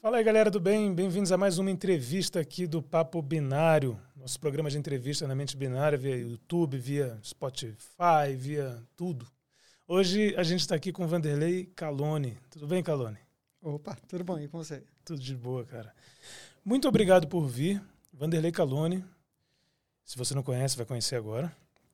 Fala aí, galera do bem, bem-vindos a mais uma entrevista aqui do Papo Binário, nosso programa de entrevista na mente binária, via YouTube, via Spotify, via tudo. Hoje a gente está aqui com o Vanderlei Calone. Tudo bem, Calone? Opa, tudo bom, e com você? Tudo de boa, cara. Muito obrigado por vir, Vanderlei Calone. Se você não conhece, vai conhecer agora.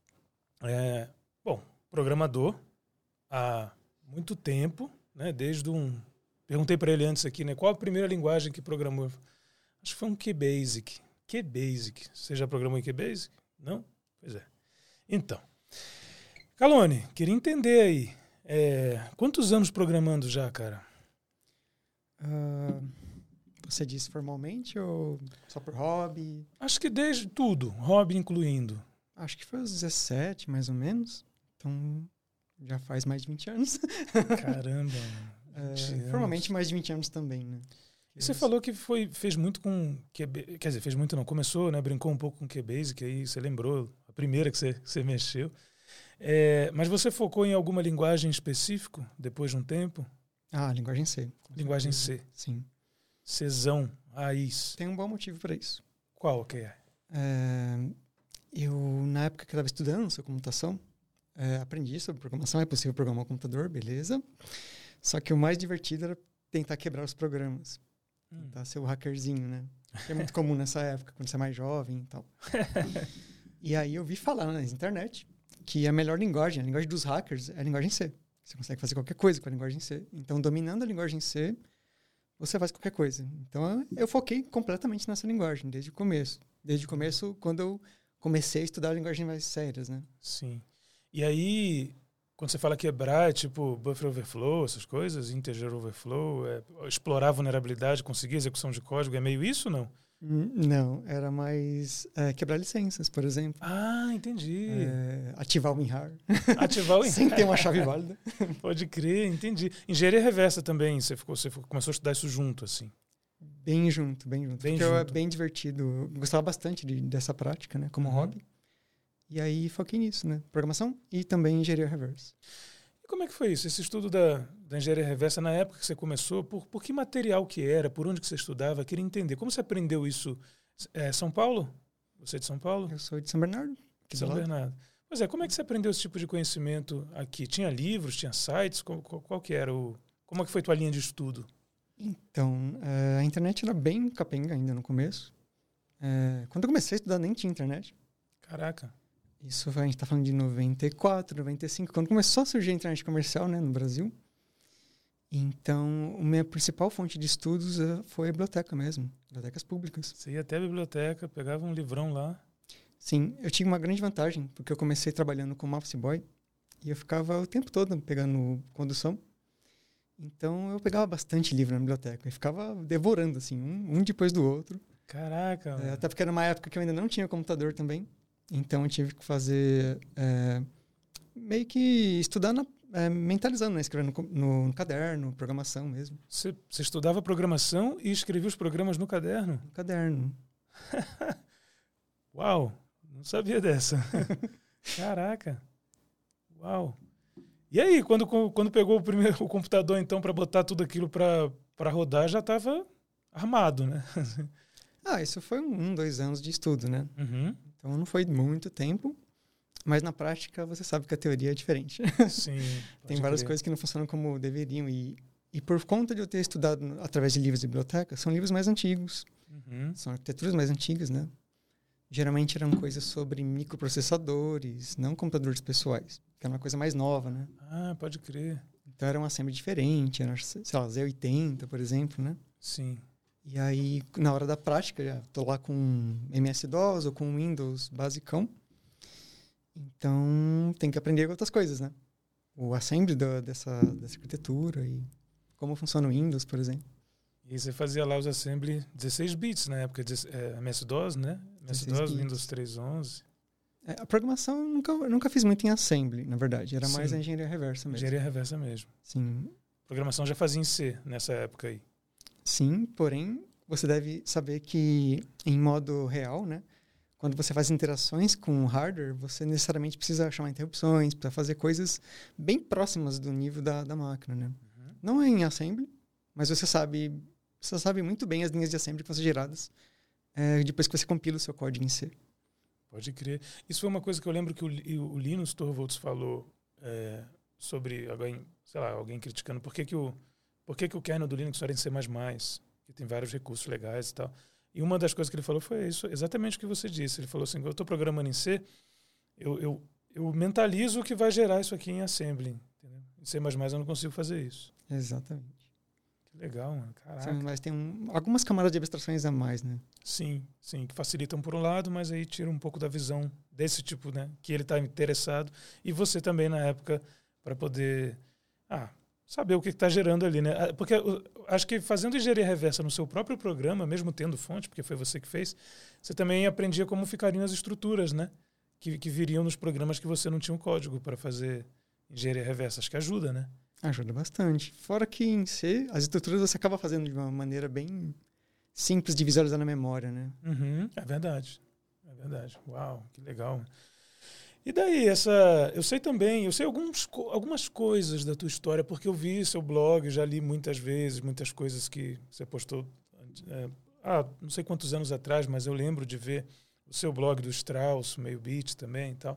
Programador há muito tempo, né? Perguntei para ele antes aqui, né? Qual a primeira linguagem que programou? Acho que foi um QBasic. QBasic. Você já programou em QBasic? Não? Pois é. Então, Calone, queria entender aí. Quantos anos programando já, cara? Você disse formalmente ou só por hobby? Acho que desde tudo, hobby incluindo. Acho que foi aos 17, mais ou menos. Então, já faz mais de 20 anos. Caramba, formalmente mais de 20 anos também, né? E você falou que fez muito com QB, quer dizer, fez muito não, começou, né, brincou um pouco com QBasic, aí você lembrou a primeira que você mexeu. Mas você focou em alguma linguagem específica depois de um tempo? Linguagem C. Linguagem C. Sim. Czão, raiz. Tem um bom motivo para isso. Qual que é? Eu, na época que eu estava estudando sobre computação, aprendi sobre programação. É possível programar um computador, beleza. Só que o mais divertido era tentar quebrar os programas. Tentar ser o hackerzinho, né? Que é muito comum nessa época, quando você é mais jovem e tal. E aí eu vi falar na internet que a melhor linguagem, a linguagem dos hackers, é a linguagem C. Você consegue fazer qualquer coisa com a linguagem C. Então, dominando a linguagem C, você faz qualquer coisa. Então, eu foquei completamente nessa linguagem, desde o começo. Desde o começo, quando eu comecei a estudar linguagens mais sérias, né? Sim. E aí, quando você fala quebrar, é tipo buffer overflow, essas coisas, integer overflow, explorar a vulnerabilidade, conseguir execução de código, é meio isso ou não? Não, era mais quebrar licenças, por exemplo. Entendi. Ativar o WinRAR. Ativar o WinRAR. Sem ter uma chave válida. Pode crer, entendi. Engenharia reversa também, você começou a estudar isso junto, assim? Bem junto. Porque é bem divertido. Eu gostava bastante dessa prática, né, como hobby. E aí foquei nisso, né? Programação e também engenharia reversa. E como é que foi isso? Esse estudo da engenharia reversa, na época que você começou, por que material que era? Por onde que você estudava? Queria entender. Como você aprendeu isso? São Paulo? Você é de São Paulo? Eu sou de São Bernardo. São Bernardo. Pois é, como é que você aprendeu esse tipo de conhecimento aqui? Tinha livros, tinha sites? Qual que era como é que foi tua linha de estudo? Então, a internet era bem capenga ainda no começo. Quando eu comecei a estudar, nem tinha internet. Caraca. Isso a gente está falando de 94, 95, quando começou a surgir a internet comercial, né, no Brasil. Então, a minha principal fonte de estudos foi a biblioteca mesmo, bibliotecas públicas. Você ia até a biblioteca, pegava um livrão lá? Sim, eu tinha uma grande vantagem, porque eu comecei trabalhando como office boy e eu ficava o tempo todo pegando condução. Então, eu pegava bastante livro na biblioteca e ficava devorando, assim, um depois do outro. Caraca! Até porque era uma época que eu ainda não tinha computador também. Então, eu tive que fazer meio que estudar, mentalizando, né? Escrevendo no caderno, programação mesmo. Você estudava programação e escrevia os programas no caderno? No caderno. Uau! Não sabia dessa. Caraca! Uau! E aí, quando pegou o computador, então, para botar tudo aquilo para rodar, já estava armado, né? Isso foi 2 anos de estudo, né? Uhum. Então, não foi muito tempo, mas na prática você sabe que a teoria é diferente. Sim. Tem várias coisas que não funcionam como deveriam. E por conta de eu ter estudado através de livros de biblioteca, são livros mais antigos. São arquiteturas mais antigas, né? Geralmente eram coisas sobre microprocessadores, não computadores pessoais, que era uma coisa mais nova, né? Pode crer. Então era uma assembly diferente, era, sei lá, Z80, por exemplo, né? Sim. E aí, na hora da prática, já tô lá com MS-DOS ou com Windows basicão. Então, tem que aprender outras coisas, né? O assembly dessa arquitetura e como funciona o Windows, por exemplo. E você fazia lá os assembly 16 bits na época, MS-DOS, né? MS-DOS, Windows 3.11. A programação eu nunca fiz muito em assembly, na verdade. Era mais a engenharia reversa mesmo. Engenharia reversa mesmo. Sim. Programação já fazia em C nessa época aí. Sim, porém, você deve saber que em modo real, né? Quando você faz interações com o hardware, você necessariamente precisa chamar interrupções, precisa fazer coisas bem próximas do nível da máquina, né? Não é em assembly, mas você sabe você sabe muito bem as linhas de assembly que vão ser geradas depois que você compila o seu código em C. Pode crer. Isso foi uma coisa que eu lembro que o Linus Torvalds falou sobre alguém criticando por que o kernel do Linux era em C++, que tem vários recursos legais e tal. E uma das coisas que ele falou foi isso, exatamente o que você disse. Ele falou assim, eu estou programando em C, eu mentalizo o que vai gerar isso aqui em assembly. Entendeu? Em C++ eu não consigo fazer isso. Exatamente. Que legal, mano. Caraca. Mas tem algumas camadas de abstrações a mais, né? Sim, que facilitam por um lado, mas aí tira um pouco da visão desse tipo, né? Que ele está interessado. E você também, na época, para poder saber o que está gerando ali, né? Porque acho que fazendo engenharia reversa no seu próprio programa, mesmo tendo fonte, porque foi você que fez, você também aprendia como ficariam as estruturas, né? Que viriam nos programas que você não tinha um código para fazer engenharia reversa. Acho que ajuda, né? Ajuda bastante. Fora que em C, as estruturas você acaba fazendo de uma maneira bem simples de visualizar na memória, né? Uhum, é verdade. Uau, que legal. E daí, eu sei algumas coisas da tua história, porque eu vi seu blog, já li muitas vezes, muitas coisas que você postou, não sei quantos anos atrás, mas eu lembro de ver o seu blog do Strauss, meio beat também e tal.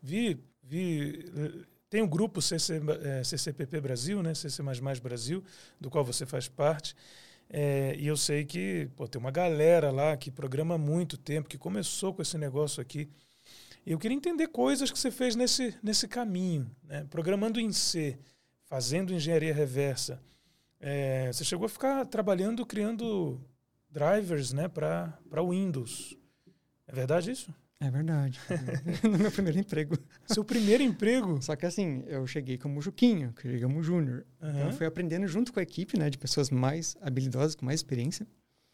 Tem o grupo CCPP Brasil, né? CC++ Brasil, do qual você faz parte. E eu sei que tem uma galera lá que programa há muito tempo, que começou com esse negócio aqui. E eu queria entender coisas que você fez nesse caminho, né? Programando em C, fazendo engenharia reversa. Você chegou a ficar trabalhando, criando drivers, né, para Windows. É verdade isso? É verdade. No meu primeiro emprego. Seu primeiro emprego? Só que assim, eu cheguei como Juquinho, que cheguei como Júnior. Uhum. Então eu fui aprendendo junto com a equipe, né, de pessoas mais habilidosas, com mais experiência.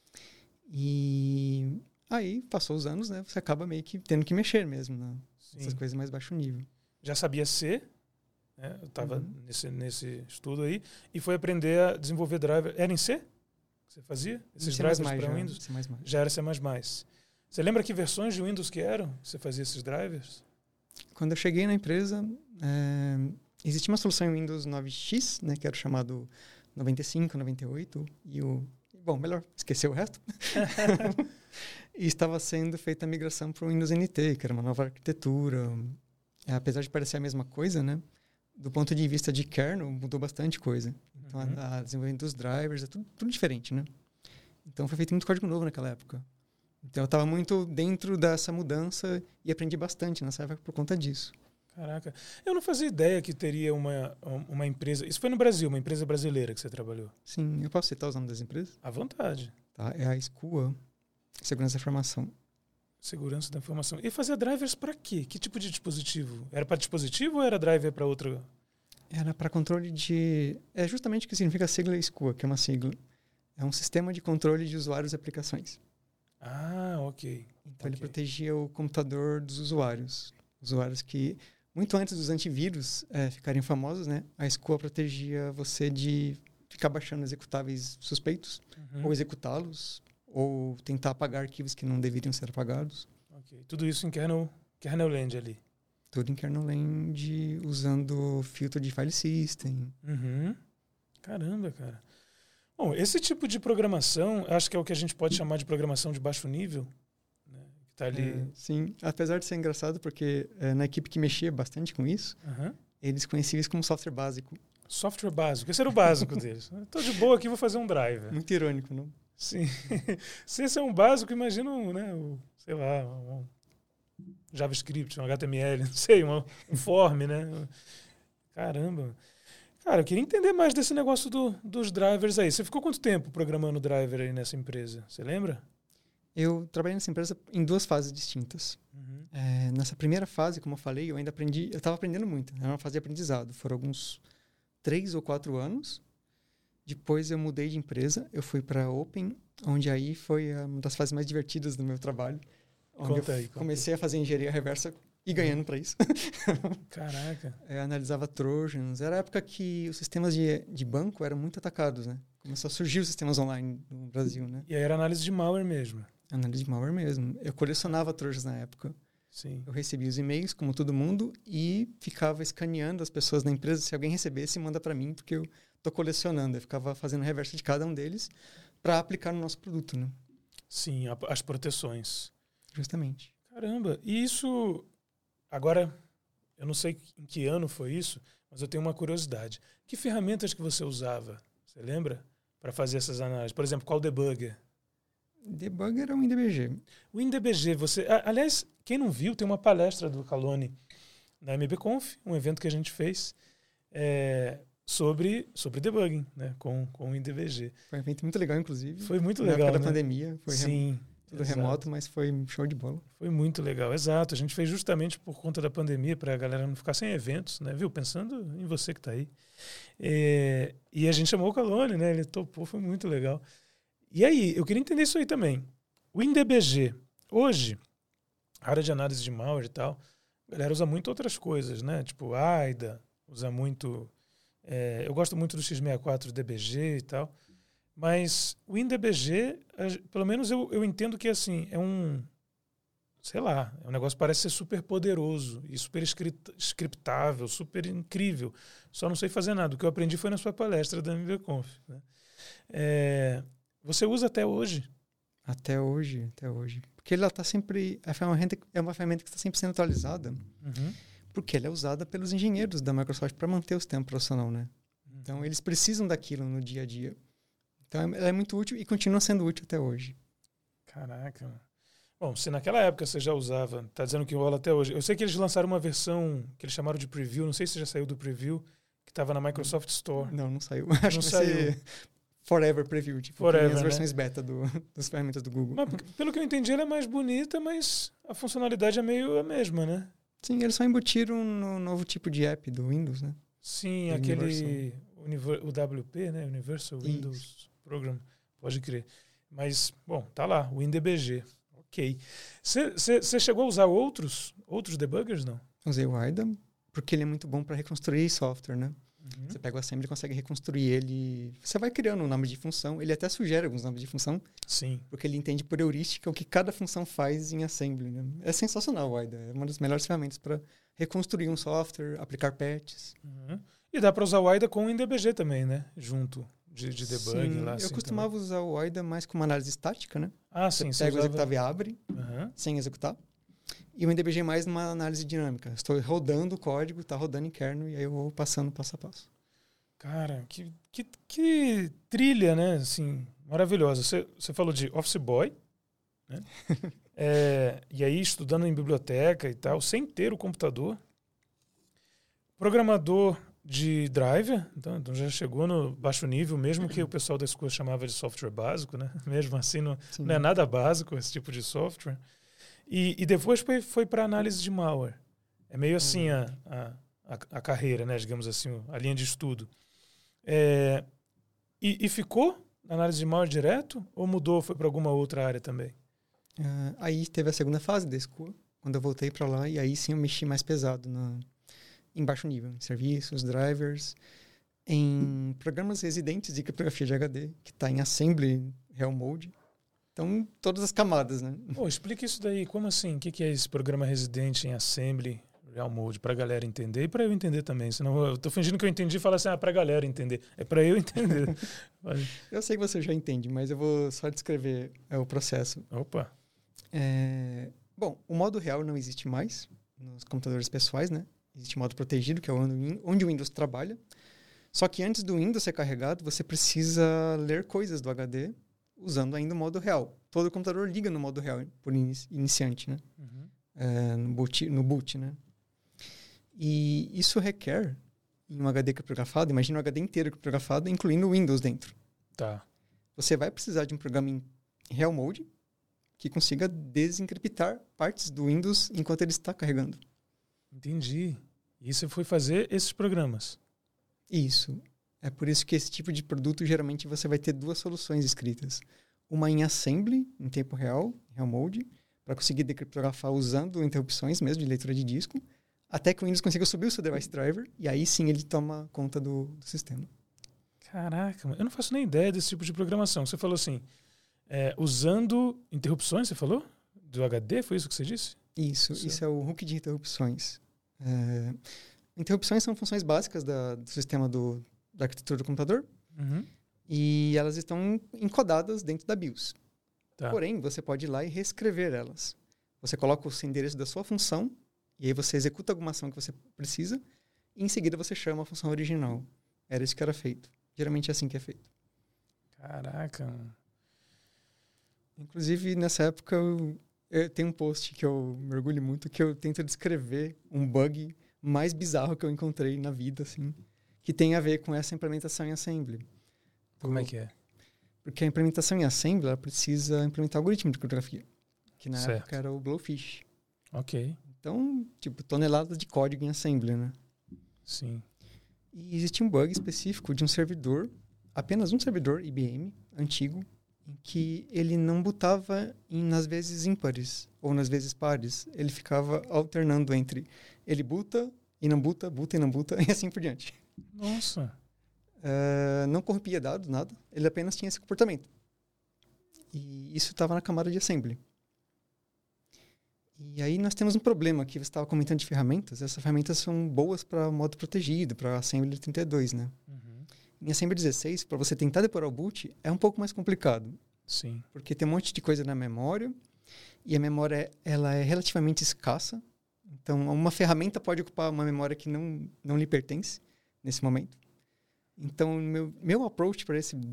E aí, passou os anos, né, você acaba meio que tendo que mexer mesmo, né, essas coisas mais baixo nível. Já sabia C, né? Eu estava nesse estudo aí, e foi aprender a desenvolver driver. Era em C que você fazia? Esses drivers para Windows? Já era C++. Você lembra que versões de Windows que eram? Você fazia esses drivers? Quando eu cheguei na empresa, existia uma solução em Windows 9X, né, que era o chamado 95, 98, melhor esquecer o resto. E estava sendo feita a migração para o Windows NT, que era uma nova arquitetura. Apesar de parecer a mesma coisa, né, do ponto de vista de kernel, mudou bastante coisa. Então, a desenvolvimento dos drivers, é tudo diferente, né? Então, foi feito muito código novo naquela época. Então, eu estava muito dentro dessa mudança e aprendi bastante nessa época por conta disso. Caraca. Eu não fazia ideia que teria uma empresa... Isso foi no Brasil, uma empresa brasileira que você trabalhou? Sim. Eu posso citar os nomes das empresas? À vontade. Tá, é a SCUA, Segurança da Informação. Segurança da Informação. E fazia drivers para quê? Que tipo de dispositivo? Era para dispositivo ou era driver para outra? Era para controle de... É justamente o que significa a sigla SCUA, que é uma sigla. É um sistema de controle de usuários e aplicações. Ah, ok. Então, ele protegia o computador dos usuários. Usuários que, muito antes dos antivírus ficarem famosos, né? A SCUA protegia você de ficar baixando executáveis suspeitos, ou executá-los, ou tentar apagar arquivos que não deveriam ser apagados. Ok. Tudo isso em kernel-land ali? Tudo em kernel-land, usando filtro de file system. Caramba, cara. Bom, esse tipo de programação, acho que é o que a gente pode chamar de programação de baixo nível, né? Que tá ali... sim, apesar de ser engraçado, porque na equipe que mexia bastante com isso, eles conheciam isso como software básico. Software básico, esse era o básico deles. Estou de boa aqui, vou fazer um driver. Muito irônico, não? Sim. Se esse é um básico, imagina um JavaScript, um HTML, não sei, um form, né? Caramba. Cara, eu queria entender mais desse negócio dos drivers aí. Você ficou quanto tempo programando driver aí nessa empresa? Você lembra? Eu trabalhei nessa empresa em 2 fases distintas. Nessa primeira fase, como eu falei, eu estava aprendendo muito. Era uma fase de aprendizado. Foram alguns 3 ou 4 anos. Depois eu mudei de empresa. Eu fui para a Open, onde aí foi uma das fases mais divertidas do meu trabalho. Onde comecei a fazer engenharia reversa e ganhando para isso. Caraca. Analisava Trojans. Era a época que os sistemas de banco eram muito atacados, né? Começou a surgir os sistemas online no Brasil, né? E aí era análise de malware mesmo? Análise de malware mesmo. Eu colecionava Trojans na época. Sim. Eu recebia os e-mails, como todo mundo, e ficava escaneando as pessoas na empresa. Se alguém recebesse, manda para mim, porque eu estou colecionando. Eu ficava fazendo reverso de cada um deles para aplicar no nosso produto, né? Sim, as proteções. Justamente. Caramba, e isso... Agora, eu não sei em que ano foi isso, mas eu tenho uma curiosidade. Que ferramentas que você usava? Você lembra? Para fazer essas análises. Por exemplo, qual debugger? Debugger é um INDBG. O INDBG, você... Aliás, quem não viu, tem uma palestra do Calone na MBConf, um evento que a gente fez sobre debugging, né? Com o INDBG. Foi um evento muito legal, inclusive. Foi muito na legal, época né? da pandemia. Foi Sim. tudo remoto, mas foi um show de bola. Foi muito legal, exato. A gente fez justamente por conta da pandemia, para a galera não ficar sem eventos, né? Viu? Pensando em você que está aí. E a gente chamou o Calone, né? Ele topou, foi muito legal. E aí, eu queria entender isso aí também. O INDBG, hoje, a área de análise de malware e tal, a galera usa muito outras coisas, né? Tipo, AIDA, usa muito... eu gosto muito do X64 DBG e tal. Mas o INDBG, pelo menos eu entendo que assim, é um negócio que parece ser super poderoso e super scriptável, super incrível. Só não sei fazer nada. O que eu aprendi foi na sua palestra da MBConf. Né? Você usa até hoje? Até hoje. Porque ela está sempre... É uma ferramenta que está sempre sendo atualizada. Uhum. Porque ela é usada pelos engenheiros da Microsoft para manter o sistema profissional, né? Uhum. Então, eles precisam daquilo no dia a dia. Então, ela é muito útil e continua sendo útil até hoje. Caraca. Bom, se naquela época você já usava, tá dizendo que rola até hoje. Eu sei que eles lançaram uma versão que eles chamaram de preview, não sei se já saiu do preview, que estava na Microsoft Store. Não saiu. Acho que vai ser Forever Preview, tipo, Forever, as versões né? beta das ferramentas do Google. Mas, pelo que eu entendi, ela é mais bonita, mas a funcionalidade é meio a mesma, né? Sim, eles só embutiram no novo tipo de app do Windows, né? Sim, Do aquele UWP, né? Universal Windows Program, pode crer. Mas, bom, tá lá, o INDBG. Ok. Você chegou a usar outros debuggers, não? Usei o AIDA, porque ele é muito bom para reconstruir software, né? Uhum. Você pega o assembly e consegue reconstruir ele. Você vai criando um nome de função. Ele até sugere alguns nomes de função. Sim. Porque ele entende por heurística o que cada função faz em assembly, né? É sensacional o AIDA. É uma das melhores ferramentas para reconstruir um software, aplicar patches. Uhum. E dá para usar o AIDA com o INDBG também, né? Junto de debug. Sim, lá. Eu assim, costumava também. usar o AIDA mais como análise estática, né? Ah, sim. Você pega o executável e abre, Uhum. sem executar. E o INDBG mais numa análise dinâmica. Estou rodando o código, está rodando em kernel, e aí eu vou passando passo a passo. Cara, que trilha, né? Assim, maravilhosa. Você falou de Office Boy, né? E aí estudando em biblioteca e tal, sem ter o computador. Programador de driver, então já chegou no baixo nível, mesmo que o pessoal da escola chamava de software básico, né? Mesmo assim, não é nada básico esse tipo de software. E depois foi para análise de malware. É meio assim a carreira, né? Digamos assim, a linha de estudo. E ficou na análise de malware direto ou mudou, foi para alguma outra área também? Aí teve a segunda fase da escola, quando eu voltei para lá, e aí sim eu mexi mais pesado em baixo nível, em serviços, drivers, em programas residentes de criptografia de HD, que está em assembly, real mode. Então, todas as camadas, né? Pô, explica isso daí. Como assim? O que é esse programa residente em assembly, real mode, para a galera entender e para eu entender também. Senão eu tô fingindo que eu entendi e falo assim, para a galera entender. É para eu entender. Eu sei que você já entende, mas eu vou só descrever o processo. Opa! Bom, o modo real não existe mais nos computadores pessoais, né? Existe modo protegido, que é onde o Windows trabalha. Só que antes do Windows ser carregado, você precisa ler coisas do HD usando ainda o modo real. Todo computador liga no modo real, por iniciante, né? Uhum. No boot, né? E isso requer, em um HD criptografado, imagina um HD inteiro criptografado, incluindo o Windows dentro. Tá. Você vai precisar de um programa em real mode que consiga desencriptar partes do Windows enquanto ele está carregando. Entendi. E você foi fazer esses programas? Isso. É por isso que esse tipo de produto, geralmente, você vai ter duas soluções escritas. Uma em assembly, em tempo real, real mode, para conseguir decriptografar usando interrupções mesmo de leitura de disco, até que o Windows consiga subir o seu device driver, e aí sim ele toma conta do sistema. Caraca, eu não faço nem ideia desse tipo de programação. Você falou assim, usando interrupções, você falou? Do HD, foi isso que você disse? Isso é o hook de interrupções. Interrupções são funções básicas do sistema da arquitetura do computador. Uhum. E elas estão encodadas dentro da BIOS. Tá. Porém, você pode ir lá e reescrever elas. Você coloca o endereço da sua função, e aí você executa alguma ação que você precisa, e em seguida você chama a função original. Era isso que era feito. Geralmente é assim que é feito. Caraca, mano. Inclusive, nessa época, eu tenho um post que eu me orgulho muito, que eu tento descrever um bug mais bizarro que eu encontrei na vida, assim, que tem a ver com essa implementação em Assembly. Como é que é? Porque a implementação em Assembly, ela precisa implementar algoritmo de criptografia, que na Certo. época era o Blowfish. Ok, Então, tipo, toneladas de código em Assembly, né? sim. E existia um bug específico de um servidor, apenas um servidor IBM, antigo, em que ele não botava nas vezes ímpares ou nas vezes pares. Ele ficava alternando entre ele buta e não buta, buta e não buta, e assim por diante. Nossa. Não corrompia dados, nada. Ele apenas tinha esse comportamento. E isso estava na camada de Assembly. E aí nós temos um problema que você estava comentando de ferramentas. Essas ferramentas são boas para modo protegido, para Assembly 32, né? Uhum. Em Assembly 16, para você tentar depurar o boot, é um pouco mais complicado. Sim. Porque tem um monte de coisa na memória, e a memória ela é relativamente escassa. Então, uma ferramenta pode ocupar uma memória que não lhe pertence nesse momento. Então, meu approach para esse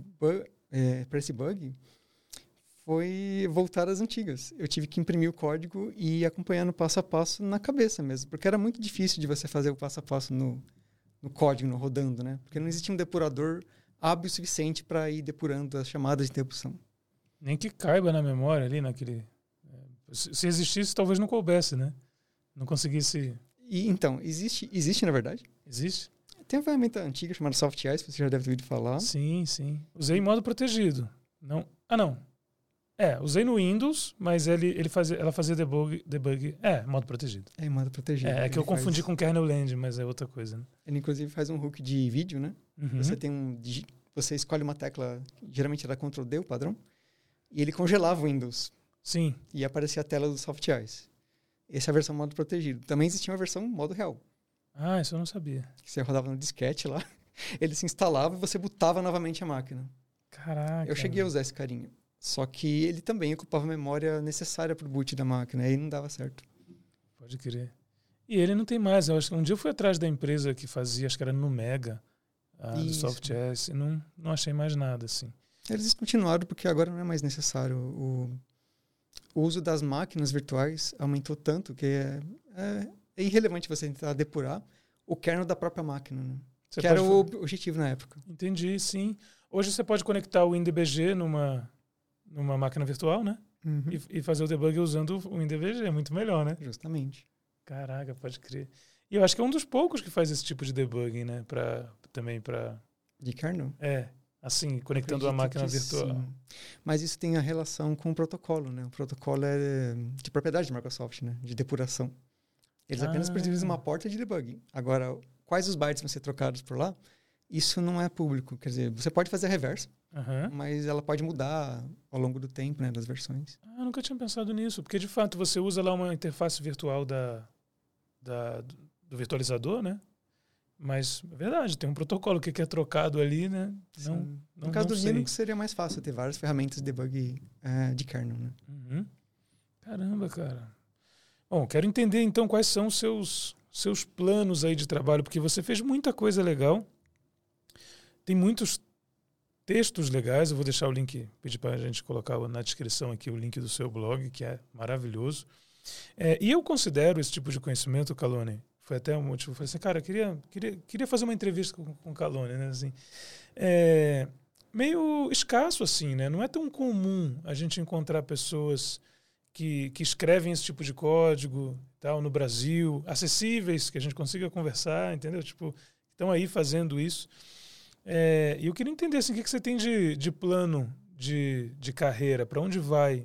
bug foi voltar às antigas. Eu tive que imprimir o código e ir acompanhando passo a passo na cabeça mesmo, porque era muito difícil de você fazer o passo a passo no código, rodando, né? Porque não existia um depurador hábil o suficiente para ir depurando as chamadas de interrupção. Nem que caiba na memória ali, naquele... Se existisse, talvez não coubesse, né? Não conseguisse... E, então, existe na verdade. Existe? Tem uma ferramenta antiga chamada SoftEyes, você já deve ter ouvido falar. Sim, sim. Usei em modo protegido. Não... Ah, não. Usei no Windows, mas ela fazia debug... modo protegido. É, em modo protegido. É que eu confundi com kernel land, mas é outra coisa, né? Ele, inclusive, faz um hook de vídeo, né? Uhum. Você escolhe uma tecla, geralmente era Ctrl D, o padrão, e ele congelava o Windows. Sim. E aparecia a tela do SoftEyes. Essa é a versão modo protegido. Também existia uma versão modo real. Ah, isso eu não sabia. Que você rodava no disquete lá, ele se instalava e você botava novamente a máquina. Caraca. Eu cheguei a usar esse carinha. Só que ele também ocupava a memória necessária para o boot da máquina, aí não dava certo. Pode crer. E ele não tem mais. Eu acho que um dia eu fui atrás da empresa que fazia, acho que era no Mega, do SoftEyes, e não achei mais nada, assim. Eles descontinuaram porque agora não é mais necessário. O uso das máquinas virtuais aumentou tanto que é irrelevante você tentar depurar o kernel da própria máquina, né? Que era o objetivo na época. Entendi, sim. Hoje você pode conectar o WinDBG numa máquina virtual, né? Uhum. E fazer o debug usando o WinDBG. É muito melhor, né? Justamente. Caraca, pode crer. E eu acho que é um dos poucos que faz esse tipo de debugging, né? Também para... De kernel? Assim, conectando a máquina virtual. Sim. Mas isso tem a relação com o protocolo, né? O protocolo é de propriedade de Microsoft, né? De depuração. Eles apenas precisam uma porta de debug. Agora, quais os bytes vão ser trocados por lá? Isso não é público. Quer dizer, você pode fazer a reversa, mas ela pode mudar ao longo do tempo, né? Das versões. Eu nunca tinha pensado nisso. Porque, de fato, você usa lá uma interface virtual do virtualizador, né? Mas, é verdade, tem um protocolo que é trocado ali, né? No caso do Linux, seria mais fácil ter várias ferramentas de debug de kernel, né? Uhum. Caramba, cara. Bom, quero entender, então, quais são os seus planos aí de trabalho, porque você fez muita coisa legal. Tem muitos textos legais. Eu vou deixar o link, pedir para a gente colocar na descrição aqui o link do seu blog, que é maravilhoso. E eu considero esse tipo de conhecimento, Calone, foi até um motivo. Eu falei assim, cara, queria fazer uma entrevista com o Calone, né? Assim, meio escasso, assim, né? Não é tão comum a gente encontrar pessoas que escrevem esse tipo de código, tal, no Brasil, acessíveis, que a gente consiga conversar, entendeu? Tipo, estão aí fazendo isso. E eu queria entender, assim, o que você tem de plano de carreira, para onde vai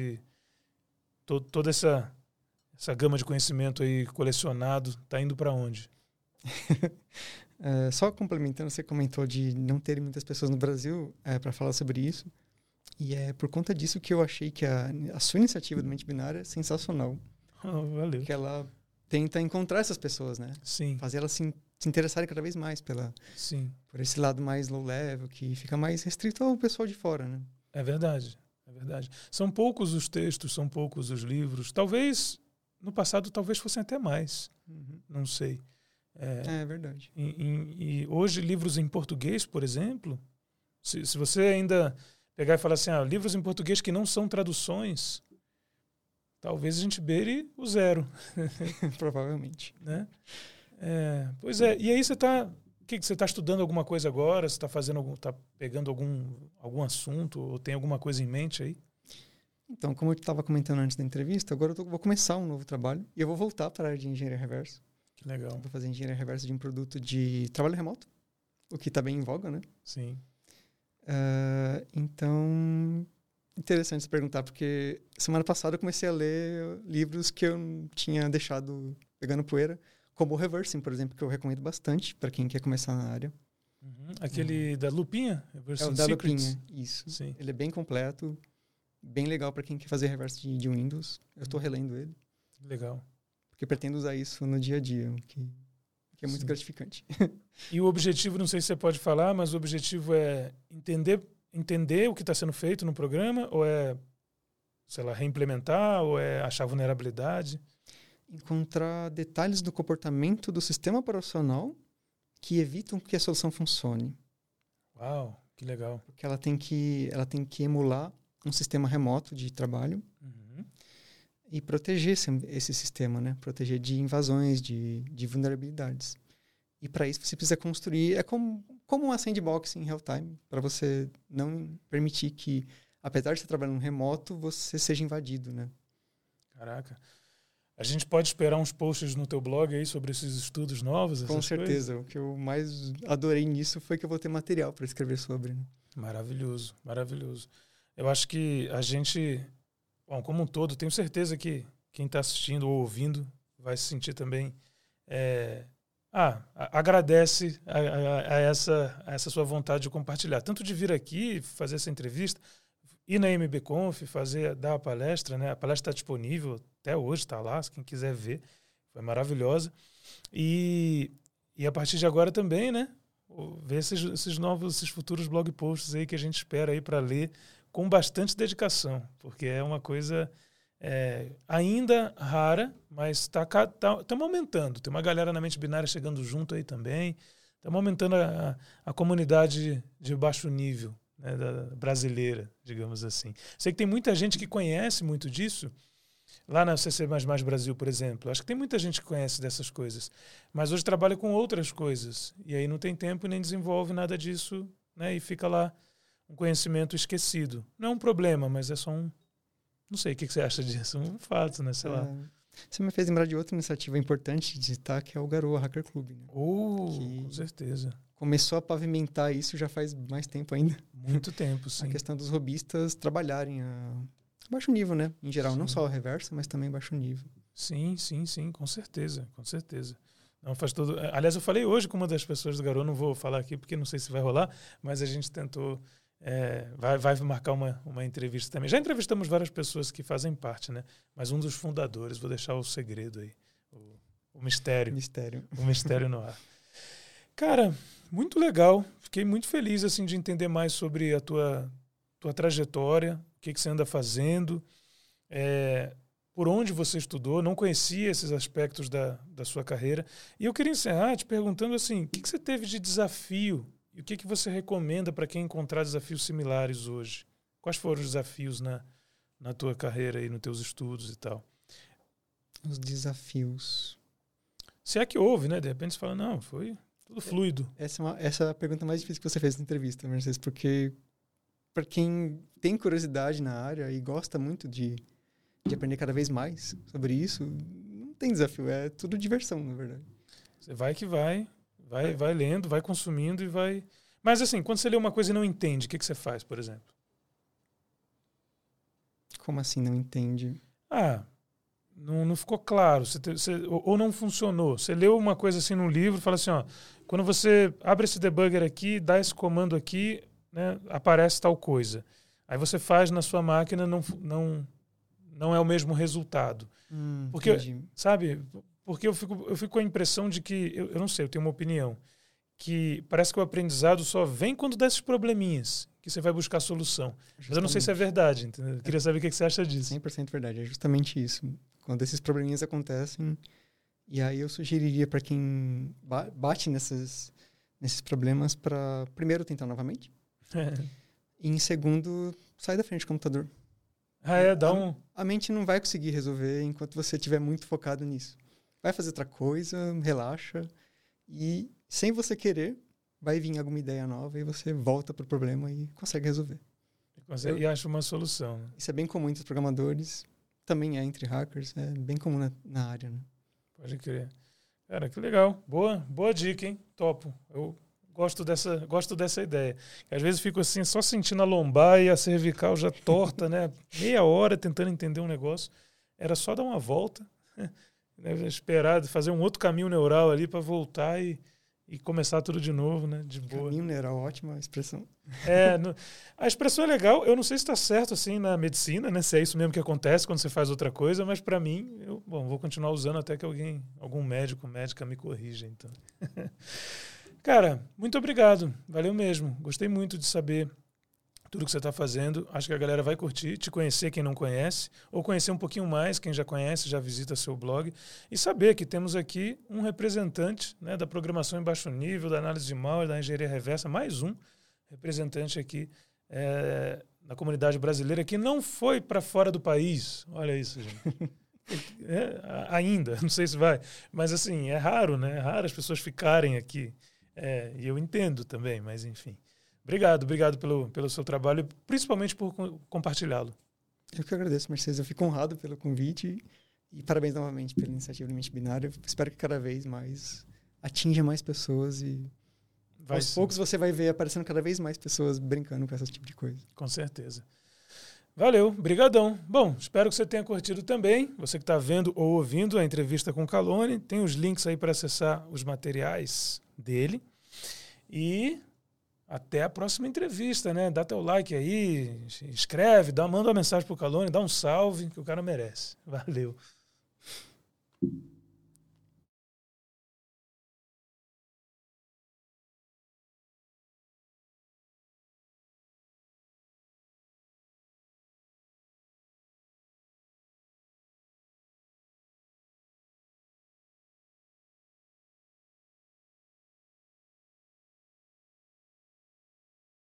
toda essa gama de conhecimento aí colecionado, está indo para onde? Só complementando, você comentou de não ter muitas pessoas no Brasil para falar sobre isso. E é por conta disso que eu achei que a sua iniciativa do Mente Binária é sensacional. Valeu. Que ela tenta encontrar essas pessoas, né? Sim. Fazer elas se se interessarem cada vez mais Sim. por esse lado mais low level, que fica mais restrito ao pessoal de fora, né? É verdade. São poucos os textos, são poucos os livros. Talvez, no passado, fossem até mais. Não sei. É verdade. E hoje, livros em português, por exemplo, se você ainda pegar e falar assim, livros em português que não são traduções, talvez a gente beire o zero. Provavelmente. Né? Pois é. E aí você está estudando alguma coisa agora? Você está pegando algum assunto ou tem alguma coisa em mente aí? Então, como eu estava comentando antes da entrevista, agora eu vou começar um novo trabalho e eu vou voltar para a área de engenharia reversa. Que legal. Vou fazer engenharia reversa de um produto de trabalho remoto, o que está bem em voga, né? Sim. Então, interessante se perguntar, porque semana passada eu comecei a ler livros que eu tinha deixado pegando poeira, como o Reversing, por exemplo, que eu recomendo bastante para quem quer começar na área. Aquele da Lupinha? É o da Lupinha, isso. Sim. Ele é bem completo, bem legal para quem quer fazer reverso de Windows. Eu estou relendo ele. Legal. Porque eu pretendo usar isso no dia a dia, o que é muito gratificante. E o objetivo, não sei se você pode falar, mas o objetivo é entender o que está sendo feito no programa, ou é, sei lá, reimplementar, ou é achar vulnerabilidade? Encontrar detalhes do comportamento do sistema operacional que evitam que a solução funcione. Uau, que legal. Porque ela tem que emular um sistema remoto de trabalho e proteger esse sistema, né? Proteger de invasões, de vulnerabilidades. E para isso você precisa construir... É como uma sandbox em real time, para você não permitir que, apesar de você trabalhar no remoto, você seja invadido, né? Caraca. A gente pode esperar uns posts no teu blog aí sobre esses estudos novos? Com certeza. O que eu mais adorei nisso foi que eu vou ter material para escrever sobre. Né? Maravilhoso, maravilhoso. Eu acho que a gente, como um todo, tenho certeza que quem está assistindo ou ouvindo vai se sentir também... agradece a essa sua vontade de compartilhar. Tanto de vir aqui, fazer essa entrevista, ir na MBConf, dar a palestra, né? A palestra está disponível até hoje, está lá, se quem quiser ver. Foi maravilhosa. E a partir de agora também, né? Ver esses futuros blog posts aí que a gente espera aí para ler com bastante dedicação, porque é uma coisa ainda rara, mas estamos aumentando. Tem uma galera na mente binária chegando junto aí também. Estamos aumentando a comunidade de baixo nível, né, brasileira, digamos assim. Sei que tem muita gente que conhece muito disso, lá na CC++ Brasil, por exemplo. Acho que tem muita gente que conhece dessas coisas, mas hoje trabalha com outras coisas, e aí não tem tempo nem desenvolve nada disso, né, e fica lá um conhecimento esquecido. Não é um problema, mas é só não sei, o que você acha disso? Um fato, né, sei lá. Você me fez lembrar de outra iniciativa importante de citar, que é o Garoa Hacker Club. Né? Com certeza. Começou a pavimentar isso já faz mais tempo ainda. Muito tempo, sim. A questão dos robistas trabalharem a baixo nível, né? Em geral, não só a reversa, mas também baixo nível. Sim, com certeza, com certeza. Não faz todo... Aliás, eu falei hoje com uma das pessoas do Garoa, não vou falar aqui porque não sei se vai rolar, mas a gente tentou... vai marcar uma entrevista também. Já entrevistamos várias pessoas que fazem parte, né? Mas um dos fundadores, vou deixar o segredo aí, o mistério. O mistério no ar. Cara, muito legal. Fiquei muito feliz assim, de entender mais sobre a tua trajetória, o que você anda fazendo, por onde você estudou. Não conhecia esses aspectos da sua carreira. E eu queria encerrar te perguntando assim, o que você teve de desafio e o que você recomenda para quem encontrar desafios similares hoje? Quais foram os desafios na tua carreira e nos teus estudos e tal? Os desafios. Se é que houve, né? De repente você fala, não, foi tudo fluido. Essa é a pergunta mais difícil que você fez na entrevista, Mercedes, porque para quem tem curiosidade na área e gosta muito de aprender cada vez mais sobre isso, não tem desafio, é tudo diversão, na verdade. Você vai que vai lendo, vai consumindo e vai... Mas assim, quando você lê uma coisa e não entende, o que você faz, por exemplo? Como assim não entende? Não ficou claro, ou não funcionou. Você leu uma coisa assim num livro e fala assim, quando você abre esse debugger aqui, dá esse comando aqui, né, aparece tal coisa. Aí você faz na sua máquina, não é o mesmo resultado. Porque, entendi. sabe... Porque eu fico com a impressão de que, eu não sei, eu tenho uma opinião, que parece que o aprendizado só vem quando dá esses probleminhas, que você vai buscar a solução. Justamente. Mas eu não sei se é verdade, entendeu? Eu queria saber o que você acha disso. 100% verdade, é justamente isso. Quando esses probleminhas acontecem, e aí eu sugeriria para quem bate nesses problemas para, primeiro, tentar novamente. E em segundo, sai da frente do computador. A mente não vai conseguir resolver enquanto você estiver muito focado nisso. Vai fazer outra coisa, relaxa, e sem você querer, vai vir alguma ideia nova e você volta para o problema e consegue resolver. E acha uma solução. Né? Isso é bem comum entre os programadores, também é entre hackers, é bem comum na área. Né? Pode crer. Cara, que legal. Boa dica, hein? Topo. Eu gosto dessa ideia. Às vezes fico assim, só sentindo a lombar e a cervical já torta, né? Meia hora tentando entender um negócio. Era só dar uma volta, né? Esperar, fazer um outro caminho neural ali para voltar e começar tudo de novo, né? De boa. Caminho neural, ótima expressão. A expressão é legal. Eu não sei se está certo assim na medicina, né? Se é isso mesmo que acontece quando você faz outra coisa, mas para mim, vou continuar usando até que algum médica me corrija, então. Cara, muito obrigado. Valeu mesmo. Gostei muito de saber tudo que você está fazendo. Acho que a galera vai curtir, te conhecer quem não conhece, ou conhecer um pouquinho mais quem já conhece, já visita seu blog, e saber que temos aqui um representante, né, da programação em baixo nível, da análise de malware, da engenharia reversa, mais um representante aqui na comunidade brasileira que não foi para fora do país. Olha isso, gente. Ainda, não sei se vai, mas assim, é raro, né? É raro as pessoas ficarem aqui. E eu entendo também, mas enfim. Obrigado pelo seu trabalho, principalmente por compartilhá-lo. Eu que agradeço, Mercedes. Eu fico honrado pelo convite e parabéns novamente pela iniciativa do Mente Binária. Eu espero que cada vez mais atinja mais pessoas e aos poucos você vai ver aparecendo cada vez mais pessoas brincando com esse tipo de coisa. Com certeza. Valeu, brigadão. Bom, espero que você tenha curtido também. Você que está vendo ou ouvindo a entrevista com o Calone, tem os links aí para acessar os materiais dele. E até a próxima entrevista, né? Dá teu like aí, escreve, manda uma mensagem pro Calone, dá um salve, que o cara merece. Valeu.